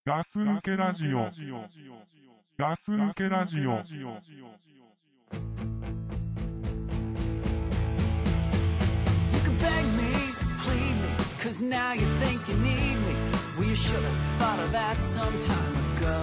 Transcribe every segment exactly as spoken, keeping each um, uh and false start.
ガス抜けラジオ。ガス抜けラジオ。You can beg me, plead me, cause now you think you need me. Well, you should have thought of that some time ago.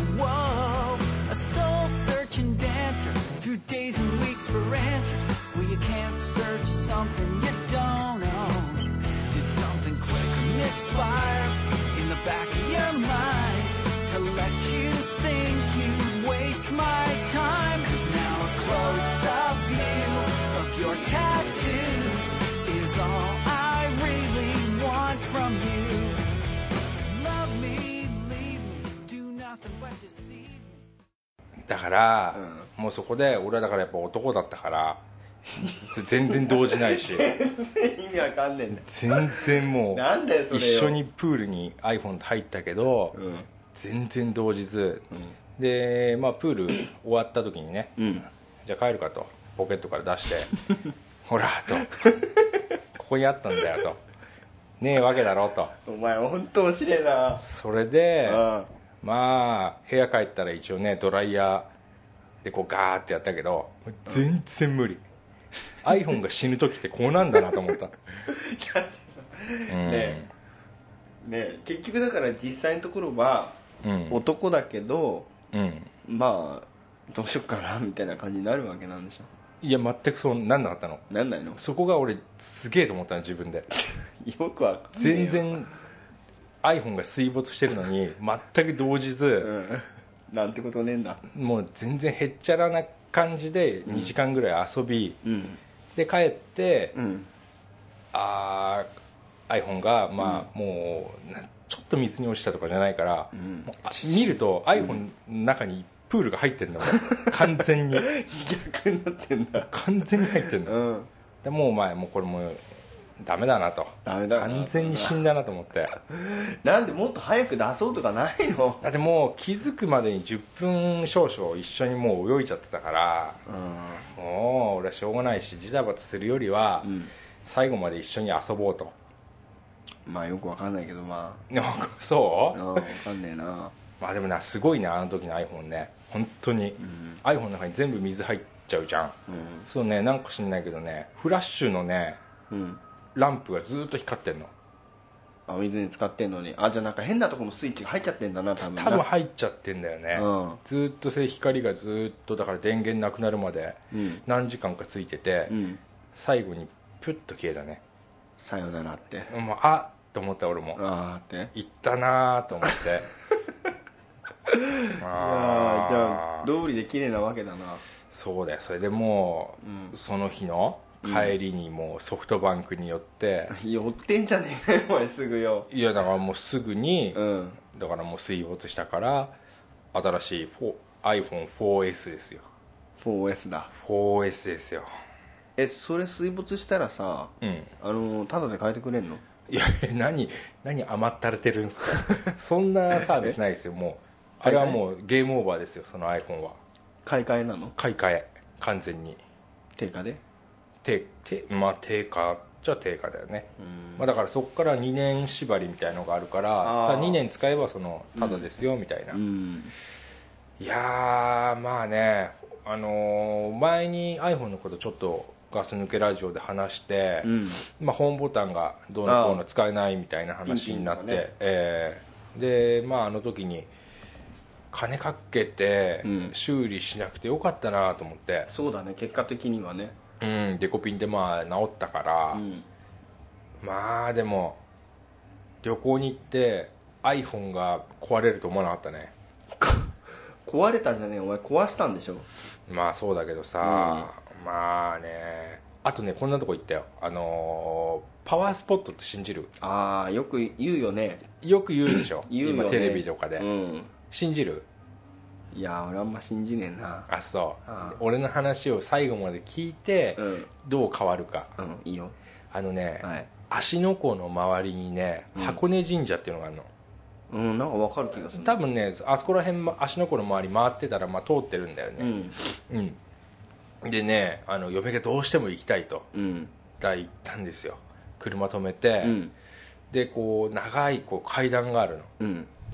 Whoa, a soul-searching dancer through days and weeks for answers. Well, you can't search something you don't own. Did something click or misfire in the back of your mind to let you think you'd waste my time? Cause now a close-up view of your tattoos is all I really want from you. Love me, leave me, do nothing but deceive me. だから、うん、もうそこで俺はだからやっぱ男だったから全然動じないし意味わかんねえんだ。 全然もうなんだよそれよ。 一緒にプールに iPhone 入ったけど、うん、全然動じず、うん、でまあプール終わった時にね、うん、じゃあ帰るかとポケットから出してほらとここにあったんだよとねえわけだろと。 お前本当面白いな。 それで、うん、まあ部屋帰ったら一応ねドライヤーでこうガーってやったけど全然無理、うん、iPhone が死ぬ時ってこうなんだなと思ったうん、ねえねえ結局だから実際のところは男だけど、うん、まあどうしよっかなみたいな感じになるわけなんでしょ。 いや全くそうなんなかったの。 なんないの。 そこが俺すげえと思ったの自分でよくわかんないよ。全然 iPhone が水没してるのに全く動じず、 うん、なんてことねえんだ。 もう全然へっちゃらな感じでにじかんぐらい遊び、うん、で帰って、うん、あ iPhone がまあ、うん、もうちょっと水に落ちたとかじゃないから、うん、見ると iPhone の中にプールが入ってるんだもん完全に逆になってんだ。 完全に入ってるんだ、うん、でもうお前もうこれもうダメだなと。 ダメだな、 完全に死んだなと思ってなんでもっと早く出そうとかないの。 だってもう気づくまでにじゅっぷん少々一緒にもう泳いちゃってたから、うん、もう俺はしょうがないしジタバタするよりは、うん、最後まで一緒に遊ぼうと。 まあよくわかんないけどまあそうわかんねえな。 まあでもなすごいなあの時の iPhone ね本当に、うん、iPhone の中に全部水入っちゃうじゃん、うん、そうねなんか知んないけどねフラッシュのね、うん、ランプがずっと光ってんの。 あ水に使ってんのに。あじゃあなんか変なところのスイッチが入っちゃってんだな多分。 多分入っちゃってんだよね、うん、ずっと光がずっとだから電源なくなるまで何時間かついてて、うん、最後にプッと消えたね。 さよならって、 もうあっと思った俺も。 あって行ったなと思ってあじゃあ道理で綺麗なわけだな。 そうだよ。それでもう、うん、その日の帰りにもうソフトバンクに寄って、 うん、寄ってんじゃねえかよお前すぐよ。 いやだからもうすぐに、うん、だからもう水没したから新しい アイフォンフォーエス ですよ。 フォーエス だ。 フォーエス ですよ。 えそれ水没したらさ、うん、あのタダで変えてくれんの。 いや何何甘ったれてるんですかそんなサービスないですよ。もうあれはもうゲームオーバーですよ。その iPhone は買い替えなの。 買い替え完全に定価で。 定定まあ定価じゃ定価だよね。まあ、だからそこからにねん縛りみたいのがあるからただにねん使えばそのタダですよみたいな、うん、いやまあねあのー、前に iPhone のことちょっとガス抜けラジオで話して、うんまあ、ホームボタンがどうのこうの使えないみたいな話になって、ねえー、でまああの時に金かけて修理しなくてよかったなと思って、 うん、そうだね結果的にはね、 うん、デコピンでまあ治ったから、うん、まあでも旅行に行って iPhone が壊れると思わなかったね壊れたんじゃねえお前壊したんでしょ。 まあそうだけどさ、うん、まあねあとねこんなとこ行ったよ。あのー、パワースポットって信じる。 ああよく言うよね。 よく言うでしょ言うよね今テレビとかで、うん、信じる。 いや俺あんま信じねえな。 あそうあ俺の話を最後まで聞いて、うん、どう変わるか、 うん、いいよ。 あのね、はい、芦ノ湖の周りにね箱根神社っていうのがあるの。 うん、なんか分かる気がする。 多分ねあそこら辺芦ノ湖の周り回ってたら、まあ、通ってるんだよね。うん、うん、でねあの嫁がどうしても行きたいと、うん、だ行ったんですよ。車止めて、うん、でこう長いこう階段があるの、うん、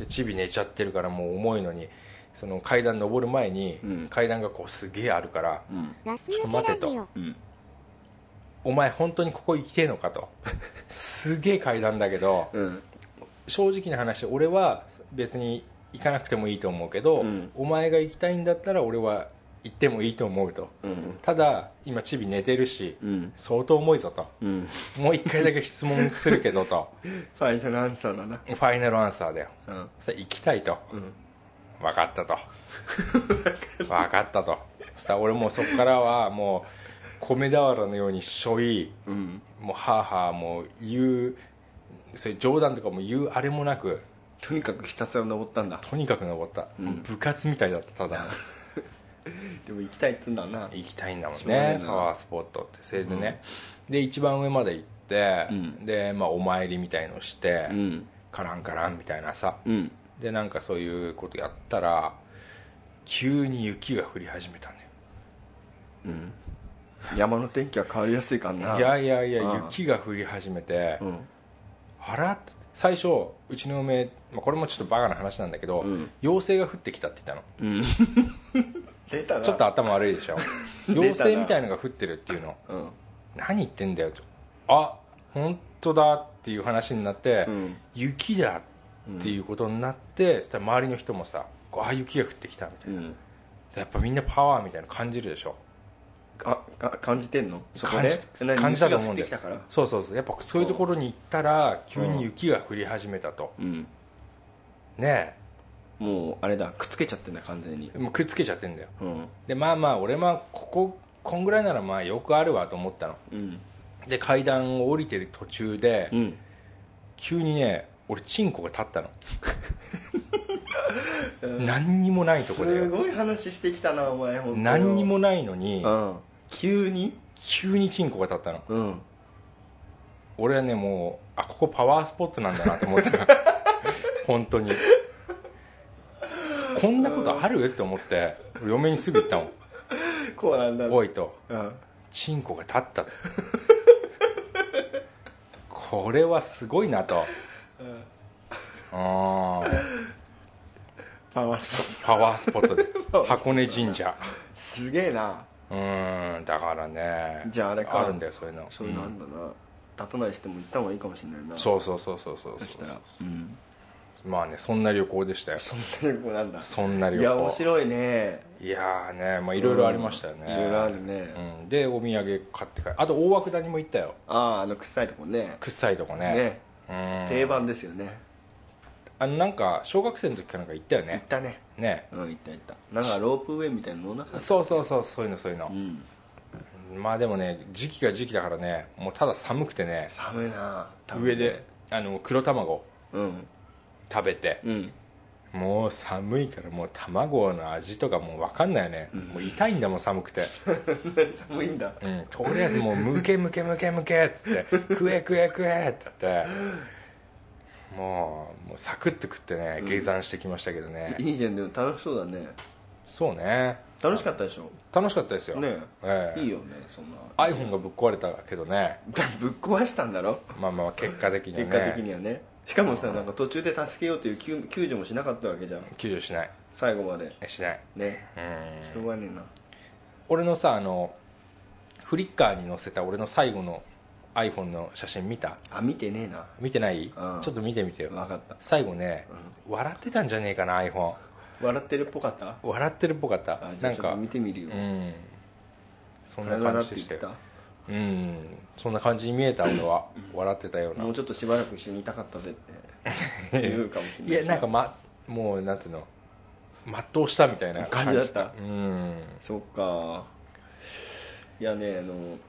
でチビ寝ちゃってるからもう重いのにその階段登る前に、うん、階段がこうすげえあるから、うん、ちょっと待てと、うん、お前本当にここ行きてえのかとすげえ階段だけど、うん、正直な話俺は別に行かなくてもいいと思うけど、うん、お前が行きたいんだったら俺は行ってもいいと思うと、うん、ただ今チビ寝てるし、うん、相当重いぞと、うん、もう一回だけ質問するけどとファイナルアンサーだな。 ファイナルアンサーだよ、うん、それ行きたいと、うん、分かったと分かったとさ俺もうそこからはもう米俵のようにしょい、うん、もうはあはあもう言うそういう冗談とかも言うあれもなくとにかくひたすら登ったんだ。 とにかく登った、うん、部活みたいだったただでも行きたいっつうんだな。 行きたいんだもんねパワースポットって。それでね、うん、で一番上まで行って、うん、で、まあ、お参りみたいのして、うん、カランカランみたいなさ、うん、でなんかそういうことやったら急に雪が降り始めたんだよ、 うん、山の天気は変わりやすいかな。 いやいやいや、うん、雪が降り始めて、うん、あらって最初うちの嫁、まあ、これもちょっとバカな話なんだけど、うん、妖精が降ってきたって言ったの、うん出たな。ちょっと頭悪いでしょ妖精みたいのが降ってるっていうの、うん、何言ってんだよと、あ本当だっていう話になって、うん、雪だっていうことになって、うん、そしたら周りの人もさあ雪が降ってきたみたいな、うん、やっぱみんなパワーみたいなの感じるでしょ。 あ感じてんのそこで感じたと思うんだよ。そうそうそう、やっぱそういうところに行ったら急に雪が降り始めたと、うん、ねえもうあれだくっつけちゃってんだ完全に。 もうくっつけちゃってんだよ、うん、でまあまあ俺はこここんぐらいならまあよくあるわと思ったの、うん、で階段を降りてる途中で、うん、急にね俺チンコが立ったの何にもないとこでよ。 すごい話してきたなお前本当。 何にもないのに、うん、 急に急にチンコが立ったの、うん、俺はねもうあここパワースポットなんだなと思った本当にこんなことあるって思って嫁にすぐ言ったもんこうなんだおいと、うん、チンコが立ったこれはすごいなと、うん、あパワースポットパワースポットで箱根神社すげえな。 うんだからねじゃああれかあるんだよそういうの。 そういうのあるんだな、うん、立たない人も行った方がいいかもしれないな。 そうそうそうそうそうそしたら、うん、 まあねそんな旅行でしたよ。 そんな旅行なんだ。 そんな旅行。 いや面白いね。 いやーねまあいろいろありましたよね、 いろいろあるね、 うん、でお土産買って帰る。あと大涌谷も行ったよ。 あああの臭いとこね。 臭いとこねね、うん、定番ですよね。 あのなんか小学生の時かなんか行ったよね。 行ったね。 ねうん行った行った。なんかロープウェイみたいなのなかった。 そうそうそうそういうのそういうの、うん、まあでもね時期が時期だからねもうただ寒くてね。 寒いな。 上であの黒卵、うん、食べて、うん、もう寒いからもう卵の味とかもう分かんないよね、うん、もう痛いんだもん寒くて寒いんだ、 うん、とりあえずもうむけむけむけむけっつって食え食え食えっつってもう、もうサクッと食ってね下山してきましたけどね、 うん、いいじゃん。でも楽しそうだね。 そうね楽しかったでしょ。 楽しかったですよねえ、ええ、いいよねそんな。 iPhone がぶっ壊れたけどねぶっ壊したんだろ。 まあまあ結果的にはね結果的にはね。しかもさなんか途中で助けようという救救助もしなかったわけじゃん。 救助しない最後までしないね。うんしょうがねえな。 俺のさあのフリッカーに載せた俺の最後の iPhone の写真見た？ あ見てねえな。 見てない？うん、ちょっと見てみてよ。 分かった。 最後ね、うん、笑ってたんじゃねえかな iPhone。 笑ってるっぽかった？ 笑ってるっぽかった。 なんか見てみるよ。 うん、そんな感じでしたよ。うん、そんな感じに見えた俺は、うん、笑ってたような。 もうちょっとしばらく一緒にいたかったぜって言うかもしれない。 いやなんか、ま、もうなんつうの全うしたみたいな感じだった。 うん、 そっか。いやねあ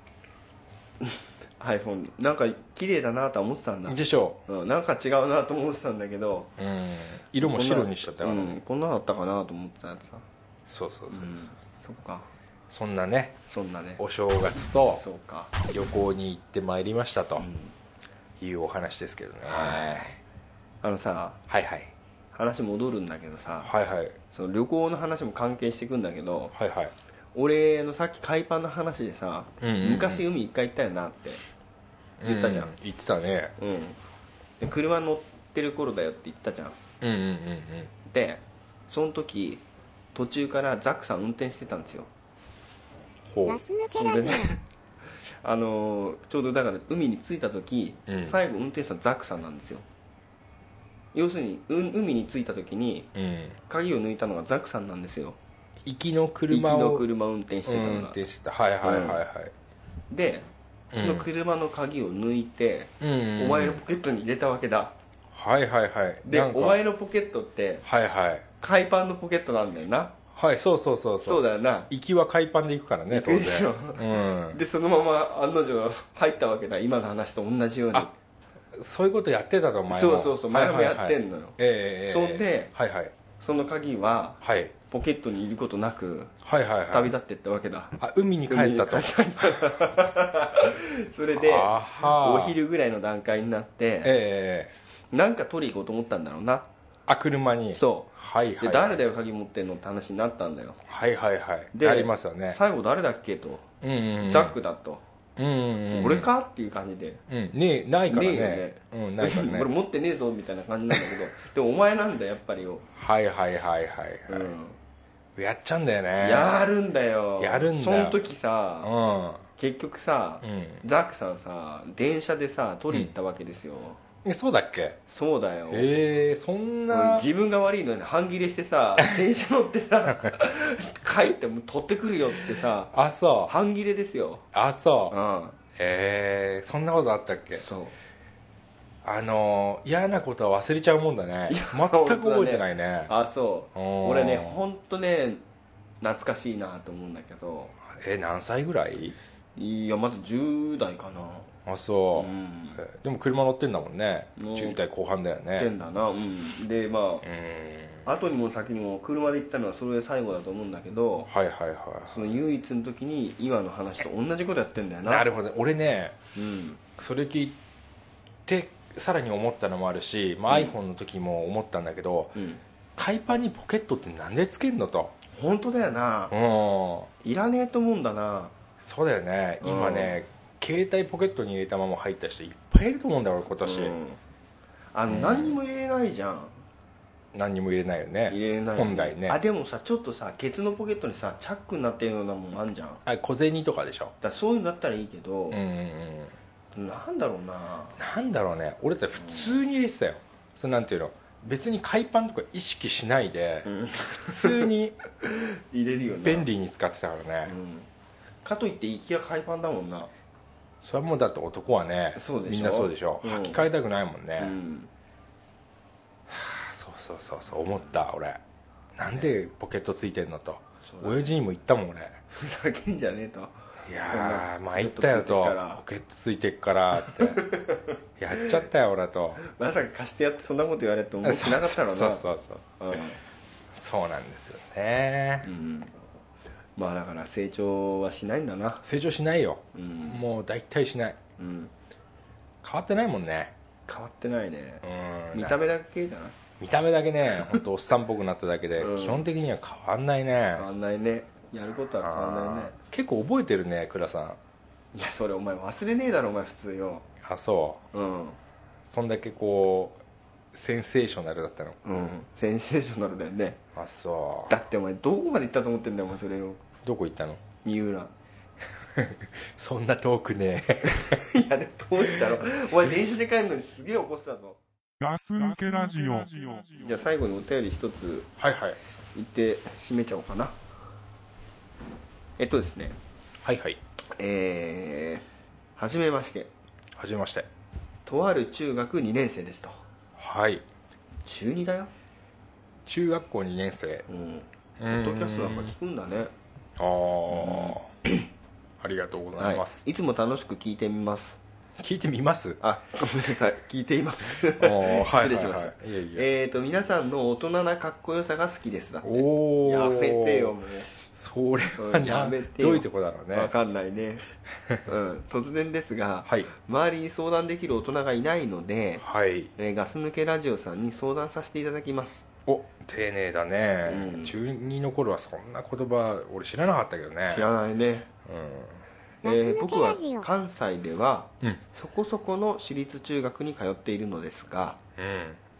のiPhone なんか綺麗だなとは思ってたんだでしょう、うん、なんか違うなと思ってたんだけど、 うん、色も白にしちゃったから、ね、うん、 こんなだったかなと思ってたやつさ。 そうそうそうそう、うん、 そっか。 そんなねそんなねお正月とそうか旅行に行ってまいりましたというお話ですけどね、うん、 あのさはいはい話戻るんだけどさ、 はいはい、 その旅行の話も関係してくんだけど、 はいはい、 俺のさっき海パンの話でさ、うんうんうん、昔海一回行ったよなって言ったじゃん、うん、 言ってたね、 うん、で車乗ってる頃だよって言ったじゃん、 うんうんうんうん、 でその時途中からザックさん運転してたんですよ。 ほうガス抜けラジオ、ね、 あのちょうどだから海に着いた時、うん、最後運転手さんザックさんなんですよ。要するに海に着いた時に、うん、鍵を抜いたのがザックさんなんですよ。 行きの車を行きの車を運転してたのが、 運転してた、はいはいはいはい、 うん、でその車の鍵を抜いて、うん、お前のポケットに入れたわけだ、 はいはいはい。 でお前のポケットって、 はいはい、 海パンのポケットなんだよな。 はい、そうそうそうそう、 そうだよな。 行きは海パンで行くからね、当然。 うん、でそのまま案の定入ったわけだ、今の話と同じように。あ、 そういうことやってたと、前も。 そうそうそう、前もやってんのよ。 ええ、 そんで、 はいはい、 その鍵は、はい、ポケットにいることなく、はいはいはい、旅立っていったわけだ。 あ、海に帰ったと。 それでお昼ぐらいの段階になって、えー、なんか取り行こうと思ったんだろうな。 あ、車に。 そう、 はいはいはい、 で誰だよ鍵持ってんのって話になったんだよ。 はいはいはい、 でありますよね。 最後誰だっけと、うんうんうん、ザックだと、うんうんうん、俺かっていう感じで、 うん、ねえ、ないからね。ねえよね、 うん、ないからね。 俺持ってねえぞみたいな感じなんだけどでもお前なんだやっぱりよ。 はいはいはいはいはい、うん、やっちゃうんだよね。 やるんだよ。 やるんだよ。 その時さ、うん、結局さ、 うん、 ザックさんさ電車でさ取り行ったわけですよ、 うん、え、そうだっけ。 そうだよ。 へえ、そんな。 自分が悪いのに半切れしてさ電車乗ってさ帰っても取ってくるよっつってさ。 あ、そう、 半切れですよ。 あ、そう、うん、へえ、そんなことあったっけ。 そう、 あの嫌なことは忘れちゃうもんだね。全く覚えてないね。ね、 あ、そう。俺ね本当ね懐かしいなと思うんだけど。 え、何歳ぐらい。 いやまだじゅう代かな。 あ、そう、 うん、 でも車乗ってんだもんね。じゅう代後半だよね。 乗ってんだな、うん、でまあ、うん、後にも先にも車で行ったのはそれで最後だと思うんだけど、 はいはいはい、 その唯一の時に今の話と同じことやってんだよな。 なるほど。俺ね、 うん、 それ聞いてさらに思ったのもあるし、まあ、うん、iPhone の時も思ったんだけど、うん、海パンにポケットってなんでつけんのと。 本当だよな、うん、いらねえと思うんだな。 そうだよね。今ね、うん、携帯ポケットに入れたまま入った人いっぱいいると思うんだよ今年、うん、 あの、うん、何にも入れないじゃん。 何にも入れないよね。 入れない、 本来ね。 あ、でもさちょっとさケツのポケットにさチャックになってるようなもんあんじゃん。 あ、小銭とかでしょ。 だそういうのだったらいいけど、 うんうんうん、なんだろうな。 なんだろうね。俺たち普通に入れてたよ、うん、それなんていうの、別に海パンとか意識しないで、うん、普通に入れるよね。 便利に使ってたからね、 うん、かといって行きが海パンだもんな。 それはもうだって男はね、 そうでしょ、 みんなそうでしょ、うん、履き替えたくないもんね、 うん、 はあ、そうそうそうそう思った俺。なんでポケットついてんのと、親父にも言ったもん俺。 ふざけんじゃねえと。 いやー参ったよと、ポケットついてっからってやっちゃったよ俺と。 まさか貸してやってそんなこと言われると思ってなかったろうな。 そうそうそうそう、うん、そうなんですよね、うん、 まあだから成長はしないんだな。 成長しないよ、 うん、 もう大体しない、うん、変わってないもんね。 変わってないね、うん、見た目だけじゃない。 見た目だけね、本当おっさんっぽくなっただけで、うん、基本的には変わんないね。 変わんないね。やることは変わんないね。 結構覚えてるね倉さん。いやそれお前忘れねえだろお前普通よ。 あ、そう、うん、そんだけこうセンセーショナルだったの。 うん、センセーショナルだよね。 あ、そう。 だってお前どこまで行ったと思ってんだよお前それを。 どこ行ったの。 三浦そんな遠くねえいやでも遠いだろお前電車で帰るのにすげえ起こしたぞ。 ガス抜けラジオ。 じゃあ最後にお便り一つはいはい言って締めちゃおうかな。えっとですね、 はいはい、 えー、はじめましてはじめまして、 とある中学にねん生ですと。 はい、 中にだよ。 中学校にねん生。 うん、ポッドキャストなんか聞くんだね。 ああ、うん、ありがとうございます、 はい、いつも楽しく聞いてみます。 聞いてみます。 あ、ごめんなさい、聞いています。 失礼しました。えーと皆さんの大人なかっこよさが好きですだって。おやめてよもう。 それはやめてよ。どういうとこだろうね。 分かんないね、うん、突然ですが、 はい、 周りに相談できる大人がいないので、 はい、 えー、ガス抜けラジオさんに相談させていただきます。 お、丁寧だね、うん、中にの頃はそんな言葉俺知らなかったけどね。 知らないね、うん、えー、僕は関西では、うん、そこそこの私立中学に通っているのですが、うん、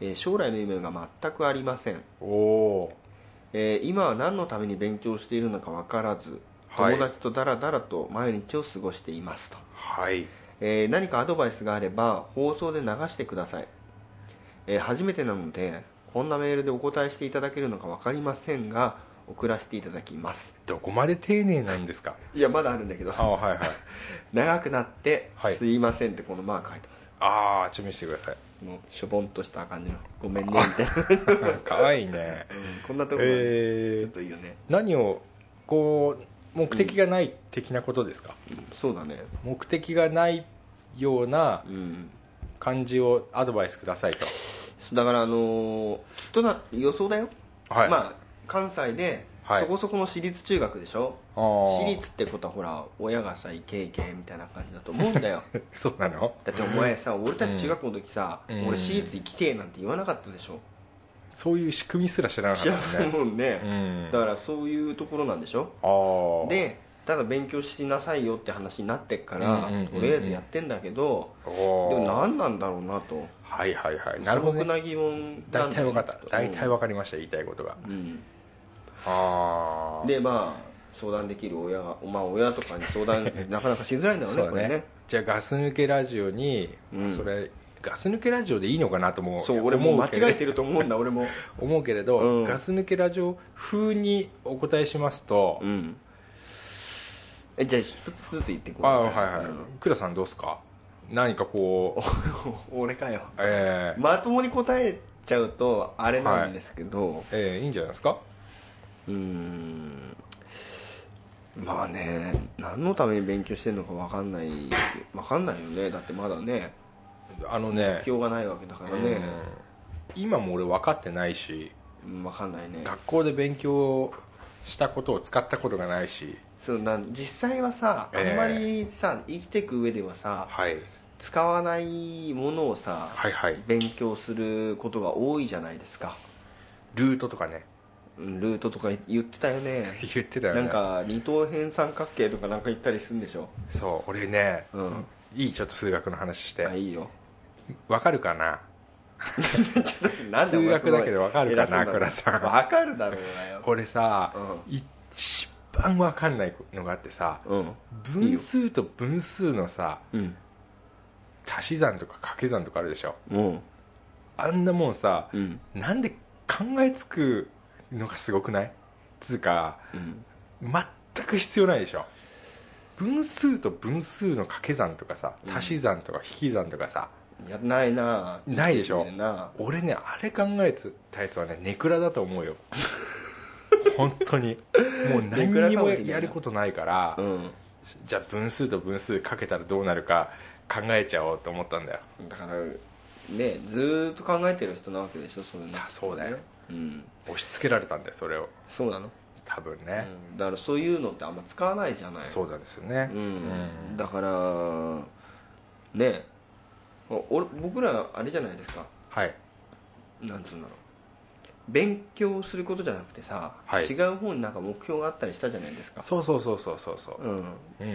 えー、将来の夢が全くありません。 おー、 えー、今は何のために勉強しているのか分からず、友達とダラダラと毎日を過ごしていますと。 はい、 えー、何かアドバイスがあれば放送で流してください。えー、初めてなのでこんなメールでお答えしていただけるのか分かりませんが送らせていただきます。 どこまで丁寧なんですか？ いやまだあるんだけど、 あ、はいはい、 長くなってはい、 すいませんってこのマーク書いてます。 ああ、ちょっと見せてください。 もうしょぼんとした感じのごめんねみたいなかわいいね、 うん、こんなところが、ね、 えー、 ちょっといいよね。 何をこう目的がない的なことですか？ うん、そうだね。 目的がないような感じをアドバイスくださいと。 だからあのー、きっとな予想だよ、 はい、 まあ関西でそこそこの私立中学でしょ、はい、私立ってことはほら親がさ行け行けみたいな感じだと思うんだよそうなの？ だってお前さ、俺たち中学校の時さ、 うん、 俺私立行きてえなんて言わなかったでしょ。 そういう仕組みすら知らなかったもんね。 知らないもんね、うん、だからそういうところなんでしょ。でただ勉強しなさいよって話になってっから、うんうんうんうん、とりあえずやってんだけど、でも何なんだろうなと。はいはいはい、なるほど、ね、素朴な疑問大体分かった、大体分かりました、言いたいことが、うん、 あでまあ相談できる親が、まあ、親とかに相談なかなかしづらいんだろうね。そうね、これね。 じゃあガス抜けラジオに、うん、それガス抜けラジオでいいのかなと思う。 そう、俺も間違えてると思うんだ俺も思うけれど、うん、ガス抜けラジオ風にお答えしますと、うん、 えじゃあ一つずつ言っていこう。 あ、はいはい、うん、倉さんどうですか？何かこう俺かよ、 えー、 まともに答えちゃうとあれなんですけど、はい、 えー、いいんじゃないですか。 うーん、まあね、何のために勉強してるのか分かんない分かんないよね。だってまだね、 あのね、 目標がないわけだからね。 今も俺分かってないし、 分かんないね。 学校で勉強したことを使ったことがないし、 そうな、実際はさ、あんまりさ、えー、生きていく上ではさ、はい、使わないものをさ、はいはい、勉強することが多いじゃないですか。 ルートとかね、 ルートとか言ってたよね。 言ってたよね。 なんか二等辺三角形とかなんか言ったりするんでしょ。 そう、俺ね、うん、いい、ちょっと数学の話して。 あ、いいよ。 わかるかなちょっとなんで数学だけでわかるかな、倉さん。 わかるだろうなよ。 俺さ、うん、一番わかんないのがあってさ、うん、分数と分数のさ、うん、足し算とか掛け算とかあるでしょ、うん、あんなもんさ、うん、なんで考えつくのがすごくないつうか、うん、全く必要ないでしょ。分数と分数の掛け算とかさ、足し算とか引き算とかさ、 いやないな、 ないでしょ。俺ね、あれ考えたやつはね、ネクラだと思うよ本当にもう何にもやることないから、うん、じゃあ分数と分数かけたらどうなるか考えちゃおうと思ったんだよ。 だからね、ずーっと考えてる人なわけでしょ。それね、 あ、そうだよ、うん、押し付けられたんだよそれを。 そうなの多分ね、 うん、だからそういうのってあんま使わないじゃない。 そうなんですよね、うんうん、だからね、俺僕らあれじゃないですか、はい、なんつうんだろう、勉強することじゃなくてさ、はい、違う方になんか目標があったりしたじゃないですか。 そうそうそうそうそうそう、うんうん、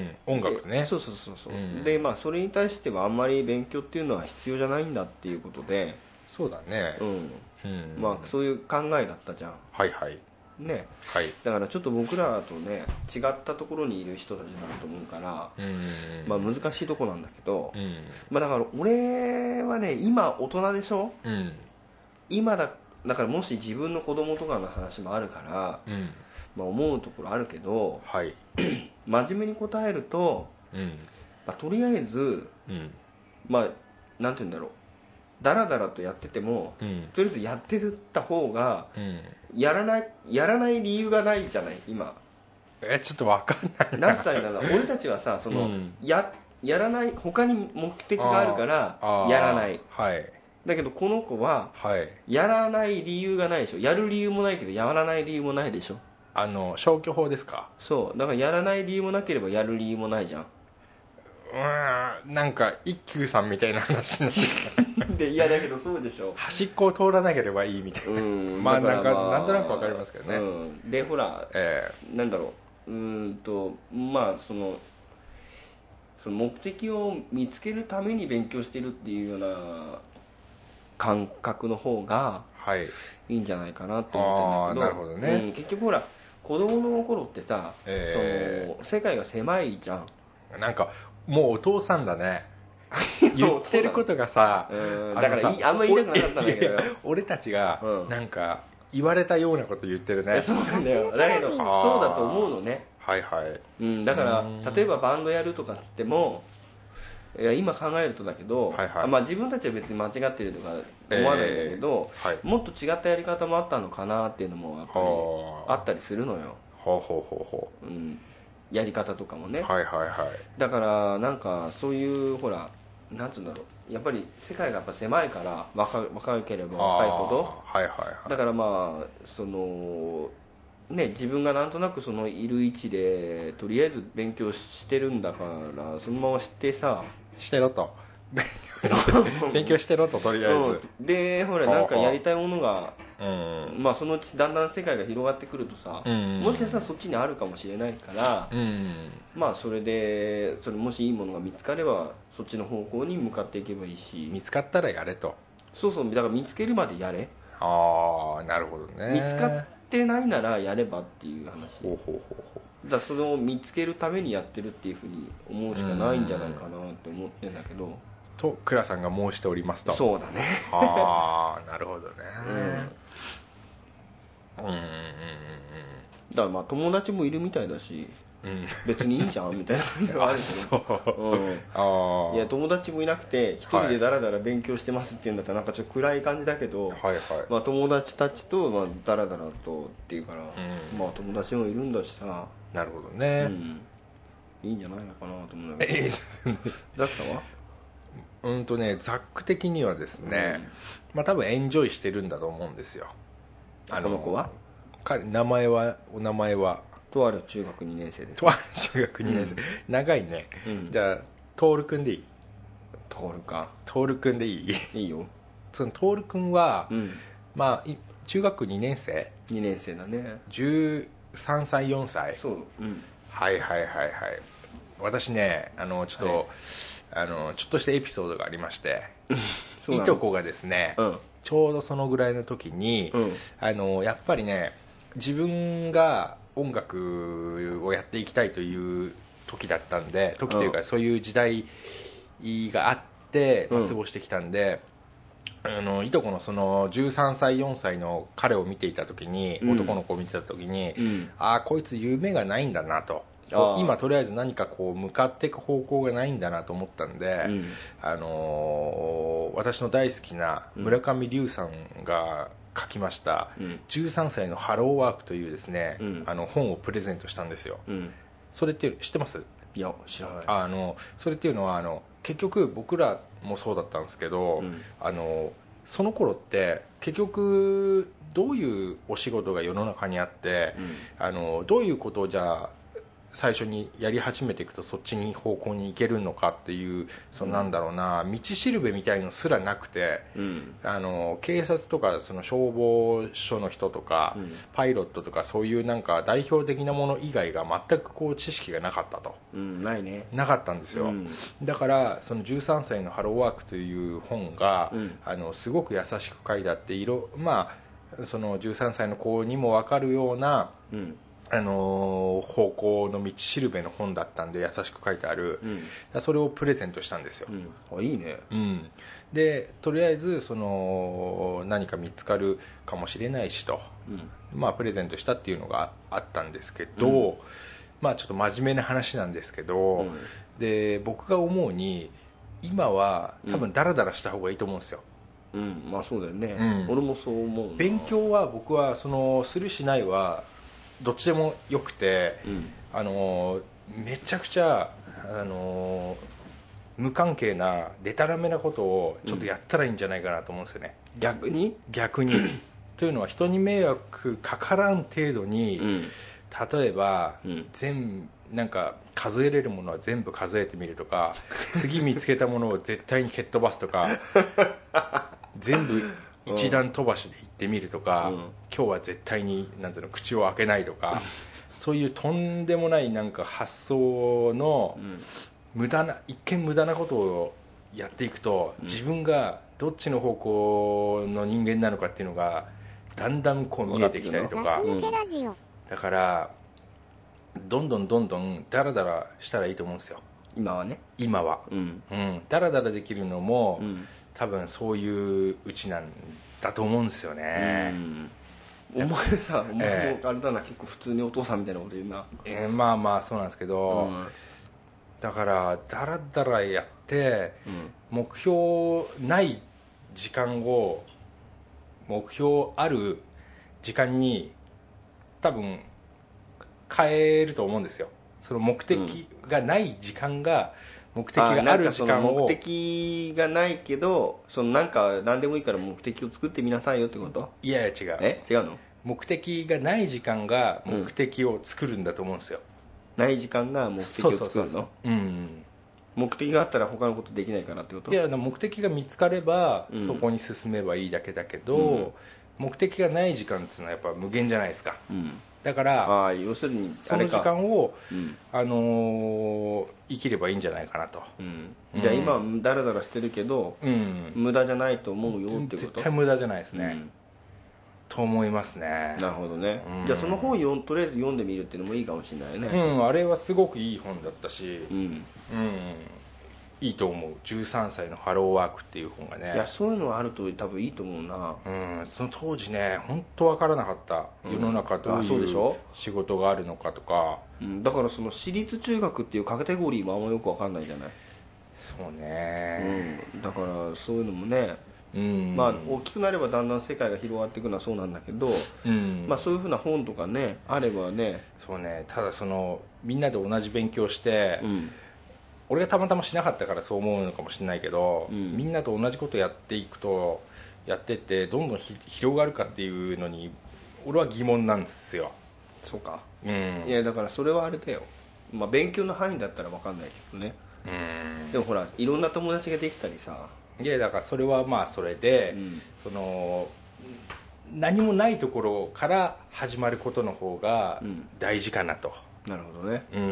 音楽ね。 そうそうそうそう、うん、でまあそれに対してはあんまり勉強っていうのは必要じゃないんだっていうことで。 そうだね、うんうん、まあそういう考えだったじゃん。 はいはいね、はい、だからちょっと僕らとね違ったところにいる人たちだと思うから、うん、まあ難しいとこなんだけど、うん、まあだから俺はね今大人でしょ、うん、今だだからもし自分の子供とかの話もあるから、うん、まあ思うところあるけど、はい、真面目に答えると、うんまあ、とりあえず、うん、まあなんて言うんだろう、だらだらとやってても、うん、とりあえずやってった方が、うん、やらないやらない理由がないじゃない今。 えちょっと分かんないな。何歳だろう俺たちはさその、うん、ややらない他に目的があるからやらない、はい、だけどこの子は、はい、やらない理由がないでしょ。やる理由もないけどやらない理由もないでしょ。 あの消去法ですか。 そうだからやらない理由もなければやる理由もないじゃん。 うーん、なんか一休さんみたいな話になってで、いやだけどそうでしょ。 端っこを通らなければいいみたいな、うん、まあなんか、まあ、なんとなくわかりますけどね、 うん、でほら、えー、なんだろう、うーんとまあそのその目的を見つけるために勉強してるっていうような感覚の方がいいんじゃないかなと思ってんだけど、 なるほどね、 うん、結局ほら子供の頃ってさ、えー、その世界が狭いじゃん。 なんかもうお父さんだね言ってることがさだからあんま言いたくなかったんだけど俺たちがなんか言われたようなこと言ってるね。 そうなんだよ。だけどそうだと思うのね。 はいはい、 うん、だから例えばバンドやるとかっつっても、いや今考えるとだけど、はいはい、まあ、自分たちは別に間違ってるとか思わないんだけど、えーはい、もっと違ったやり方もあったのかなっていうのもやっぱりあったりするのよ。 ほうほうほうほう、うん、やり方とかもね。 はいはいはい。 だからなんかそういうほらなんつうんだろう、やっぱり世界がやっぱ狭いから若若ければ若いほど、 はいはいはい、 だからまあそのね、自分がなんとなくそのいる位置でとりあえず勉強してるんだからそのまま知ってさしてろと勉強してろととりあえず、 うん、でほらなんかやりたいものが、うん、まあそのうちだんだん世界が広がってくるとさ、うん、もしかしたらそっちにあるかもしれないから、うん、まあそれでそれもしいいものが見つかればそっちの方向に向かっていけばいいし、 見つかったらやれと。 そうそう、だから見つけるまでやれ。 ああなるほどね。 見つかってないならやればっていう話。 ほうほうほうほう。だからその見つけるためにやってるっていうふうに思うしかないんじゃないかなって思ってんだけど、 と倉さんが申しておりますと。 そうだね。 ああなるほどね。 うん、うんうんうんうん。だからまあ友達もいるみたいだし、うん、別にいいじゃんみたいな感じがあるけど、そう、うん、あいや友達もいなくて一人でダラダラ勉強してますっていうんだったらなんかちょっと暗い感じだけど、はいはい、まあ、友達たちとまあダラダラとっていうから、うん、まあ友達もいるんだしさ。 なるほどね、 うん、いいんじゃないのかなと思うんだけどザックさんはうんとねザック的にはですね、うん、まあ多分エンジョイしてるんだと思うんですよ。 あのこの子は彼名前はお名前はとある中学にねん生です。 とある中学にねん生、うん、長いね、うん、じゃあトールくんでいい？ トールか。 トールくんでいい？ いいよ。 そのトールくんは、うん、まあ中学にねん生にねん生だね。 じゅうさんさいよんさい。 そう、うん、 はいはいはいはい。私ねあのちょっと、はい、あのちょっとしたエピソードがありましていとこがですね、うん、ちょうどそのぐらいの時に、うん、あのやっぱりね自分が音楽をやっていきたいという時だったんで、時というかそういう時代があって過ごしてきたんで、うん、あのいとこのそのじゅうさんさいよんさいの彼を見ていた時に、うん、男の子を見てた時に、うん、ああこいつ夢がないんだなと、今とりあえず何かこう向かっていく方向がないんだなと思ったんで、うん、あのー、私の大好きな村上龍さんが書きました、うん、じゅうさんさいのハローワークというですね、うん、あの本をプレゼントしたんですよ、うん、それって知ってます？ いや知らない。 あのそれっていうのはあの結局僕らもそうだったんですけど、うん、あのその頃って結局どういうお仕事が世の中にあって、うん、あのどういうことをじゃあ最初にやり始めていくとそっちに方向に行けるのかっていうそのなんだろうな、道しるべみたいのすらなくて、うん、あの警察とかその消防署の人とか、うん、パイロットとかそういうなんか代表的なもの以外が全くこう知識がなかったと、 うん、ないね、 なかったんですよ、うん、だからそのじゅうさんさいのハローワークという本が、うん、あのすごく優しく書いてあって色、まあ、そのじゅうさんさいの子にも分かるような、うんあのー、方向の道しるべの本だったんで優しく書いてある、うん、それをプレゼントしたんですよ、 うん、あいいね、 うん、でとりあえずその何か見つかるかもしれないしと、うんまあ、プレゼントしたっていうのがあったんですけど、うんまあ、ちょっと真面目な話なんですけど、うん、で僕が思うに今は多分ダラダラした方がいいと思うんですよ、 うん、うん、まあそうだよね、うん、俺もそう思う。 勉強は僕はそのするしないはどっちでもよくて、うん、あのめちゃくちゃあの無関係なデタラメなことをちょっとやったらいいんじゃないかなと思うんですよね、 うん、逆に逆にというのは人に迷惑かからん程度に、うん、例えば、うん、全なんか数えれるものは全部数えてみるとか次見つけたものを絶対に蹴っ飛ばすとか全部一段飛ばしで行ってみるとか、うん、今日は絶対になんていうの口を開けないとかそういうとんでもないなんか発想の無駄な一見無駄なことをやっていくと、うん、自分がどっちの方向の人間なのかっていうのがだんだんこう見えてきたりとか、うん、だからどんどんどんどんダラダラしたらいいと思うんですよ今はね。 今は、うんうん、ダラダラできるのも、うん、多分そういううちなんだと思うんですよね。 うん、お前さ、お前もあれだな、えー、結構普通にお父さんみたいなこと言うな。 えー、まあまあそうなんですけど、うん、だからダラダラやって、うん、目標ない時間を目標ある時間に多分変えると思うんですよ。その目的がない時間が、目的がある時間を、 目的がないけど、そのなんか何でもいいから目的を作ってみなさいよってこと？ いやいや違う。 え違うの？ 目的がない時間が目的を作るんだと思うんですよ。 うん、ない時間が目的を作るの？そうそうそうそう。うん。目的があったら他のことできないからってこと？ いや目的が見つかれば、うん、そこに進めばいいだけだけど、うん、目的がない時間っていうのはやっぱ無限じゃないですか。うん、だからあ要するにその時間を、うん、あのー、生きればいいんじゃないかなと、 うん、じゃあ今ダラダラしてるけど、うん、無駄じゃないと思うよってこと？ 絶対無駄じゃないですね、うん、と思いますね。 なるほどね、うん、じゃあその本をとりあえず読んでみるっていうのもいいかもしれないね。 うん、あれはすごくいい本だったし、うん、うん、いいと思う。じゅうさんさいのハローワークっていう本がね。 いやそういうのあると多分いいと思うな。 うん、その当時ね本当分からなかった、うん、世の中どういう仕事があるのかとか、 うん、だからその私立中学っていうカテゴリーもあんまよく分かんないじゃない。 そうね、 うん、だからそういうのもね、うん、まあ大きくなればだんだん世界が広がっていくのはそうなんだけど、うん、まあそういうふうな本とかねあればね。 そうね、ただそのみんなで同じ勉強して、うん、俺がたまたましなかったからそう思うのかもしれないけど、うん、みんなと同じことやっていくとやってってどんどん広がるかっていうのに俺は疑問なんですよ。 そうか、うん、いやだからそれはあれだよ、まあ、勉強の範囲だったら分かんないけどね、うん、でもほらいろんな友達ができたりさ。 いやだからそれはまあそれで、うん、その何もないところから始まることの方が大事かなと、 うん、なるほどね。うん、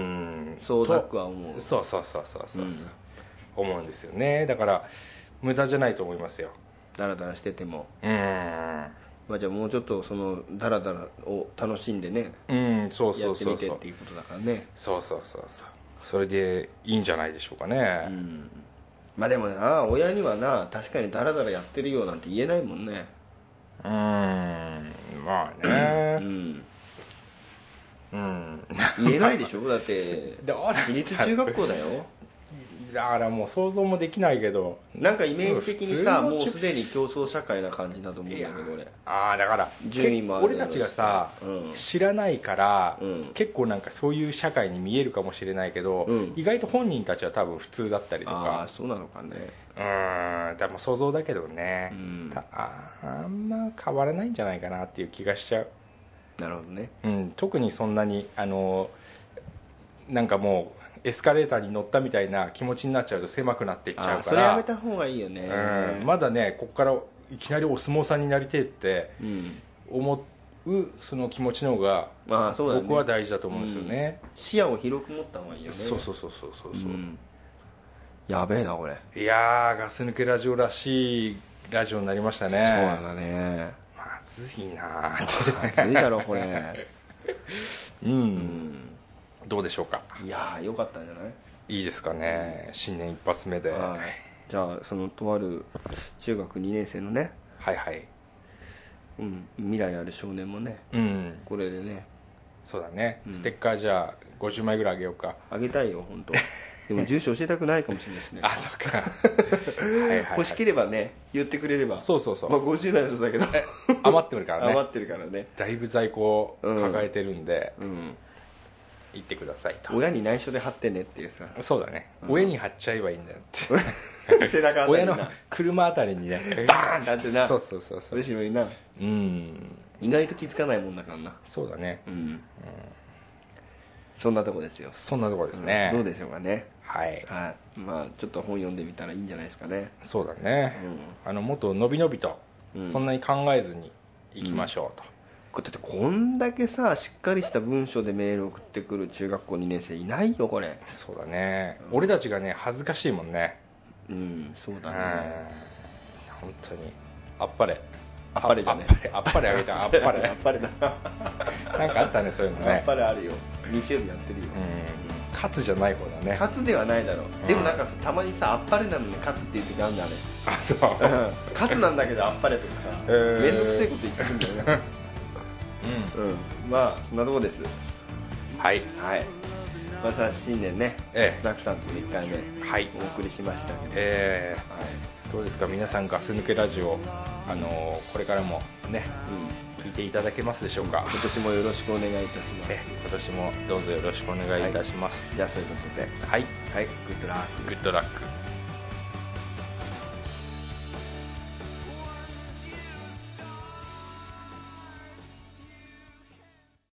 そうざくは思う。 そうそうそうそうそう、うん、思うんですよね。だから無駄じゃないと思いますよ。 ダラダラしてても。うん、まあ、じゃあもうちょっとそのダラダラを楽しんでね、うん、そうそうそうそうやってみてっていうことだからね。 そうそうそうそう、それでいいんじゃないでしょうかね。うん、 まあでもな親にはな確かにダラダラやってるよなんて言えないもんね。 うーんまあね、うんうん、言えないでしょだって私立中学校だよ。 だからもう想像もできないけどなんかイメージ的にさもうすでに競争社会な感じだと思うんだけど俺。 ああだから順位もある俺たちがさ、うん、知らないから、うん、結構なんかそういう社会に見えるかもしれないけど、うん、意外と本人たちは多分普通だったりとか。 ああそうなのかね。 うんだから想像だけどね、うん、ああんま変わらないんじゃないかなっていう気がしちゃう。 なるほどね、 うん、特にそんなにあのなんかもうエスカレーターに乗ったみたいな気持ちになっちゃうと狭くなっていっちゃうから。 それやめた方がいいよね、 うん、まだねここからいきなりお相撲さんになりてえって思うその気持ちの方が僕は大事だと思うんですよね、 うん、視野を広く持った方がいいよね。 そうそうそうそうそう、うん、 やべえなこれ。いやーガス抜けラジオらしいラジオになりましたね。 そうだね。 まずいなまずいだろこれうん、うん、どうでしょうか。 いやーよかったんじゃない。 いいですかね、うん、新年一発目で、はい、 じゃあそのとある中学にねん生のねはいはい、 うん、未来ある少年もね、うん、これでね。 そうだね、うん、ステッカーじゃあごじゅうまいぐらいあげようか。 あげたいよ本当でも住所教えたくないかもしれないですねあ、そうかはいはい、はい、 欲しければね言ってくれれば。 そうそうそう、 まあ、ごじゅう代の人だけど余ってるからね余ってるからね。 だいぶ在庫抱えてるんで、うん、うん、言ってくださいと。 親に内緒で貼ってねっていうさ。 そうだね、うん、親に貼っちゃえばいいんだよって背中あたり親の車あたりにねバーンってなってな。 そうそうそうそう後ろにな。うん、意外と気づかないもんだからな。 そうだね、うん、うん、 そんなとこですよ。 そんなとこですね、 うん、どうでしょうかね。 はい、 はい、まあちょっと本読んでみたらいいんじゃないですかね。 そうだね、うん、あのもっとのびのびと、うん、そんなに考えずにいきましょうと、 うん、だってこんだけさしっかりした文章でメール送ってくる中学校にねん生いないよこれ。 そうだね、うん、俺たちがね恥ずかしいもんね。 うんそうだね、 本当にあっぱれあっぱれじゃねあっぱれあげちゃんあっぱれあっぱれだなんかあったねそういうのねあっぱれあるよ日曜日やってるよ、 うん、カツじゃない方だねカツではないだろう、うん、でもなんかさたまにさあっぱれなのにカツっていう時あるんだあれあそうカツなんだけどあっぱれとかさ、えー、めんどくせえこと言ってるんだよねうん、うん、まあそんなとこですはいはいまた新年ね、ええ、ザクさんといっかいめ、 はい、 お送りしましたけど、 えーはい、どうですか皆さんガス抜けラジオ、あのー、これからもね、うん、聞いていただけますでしょうか。 今年もよろしくお願いいたします。 え今年もどうぞよろしくお願いいたします、 はい、じゃあそういうことではい、 はい、グッドラックグッドラック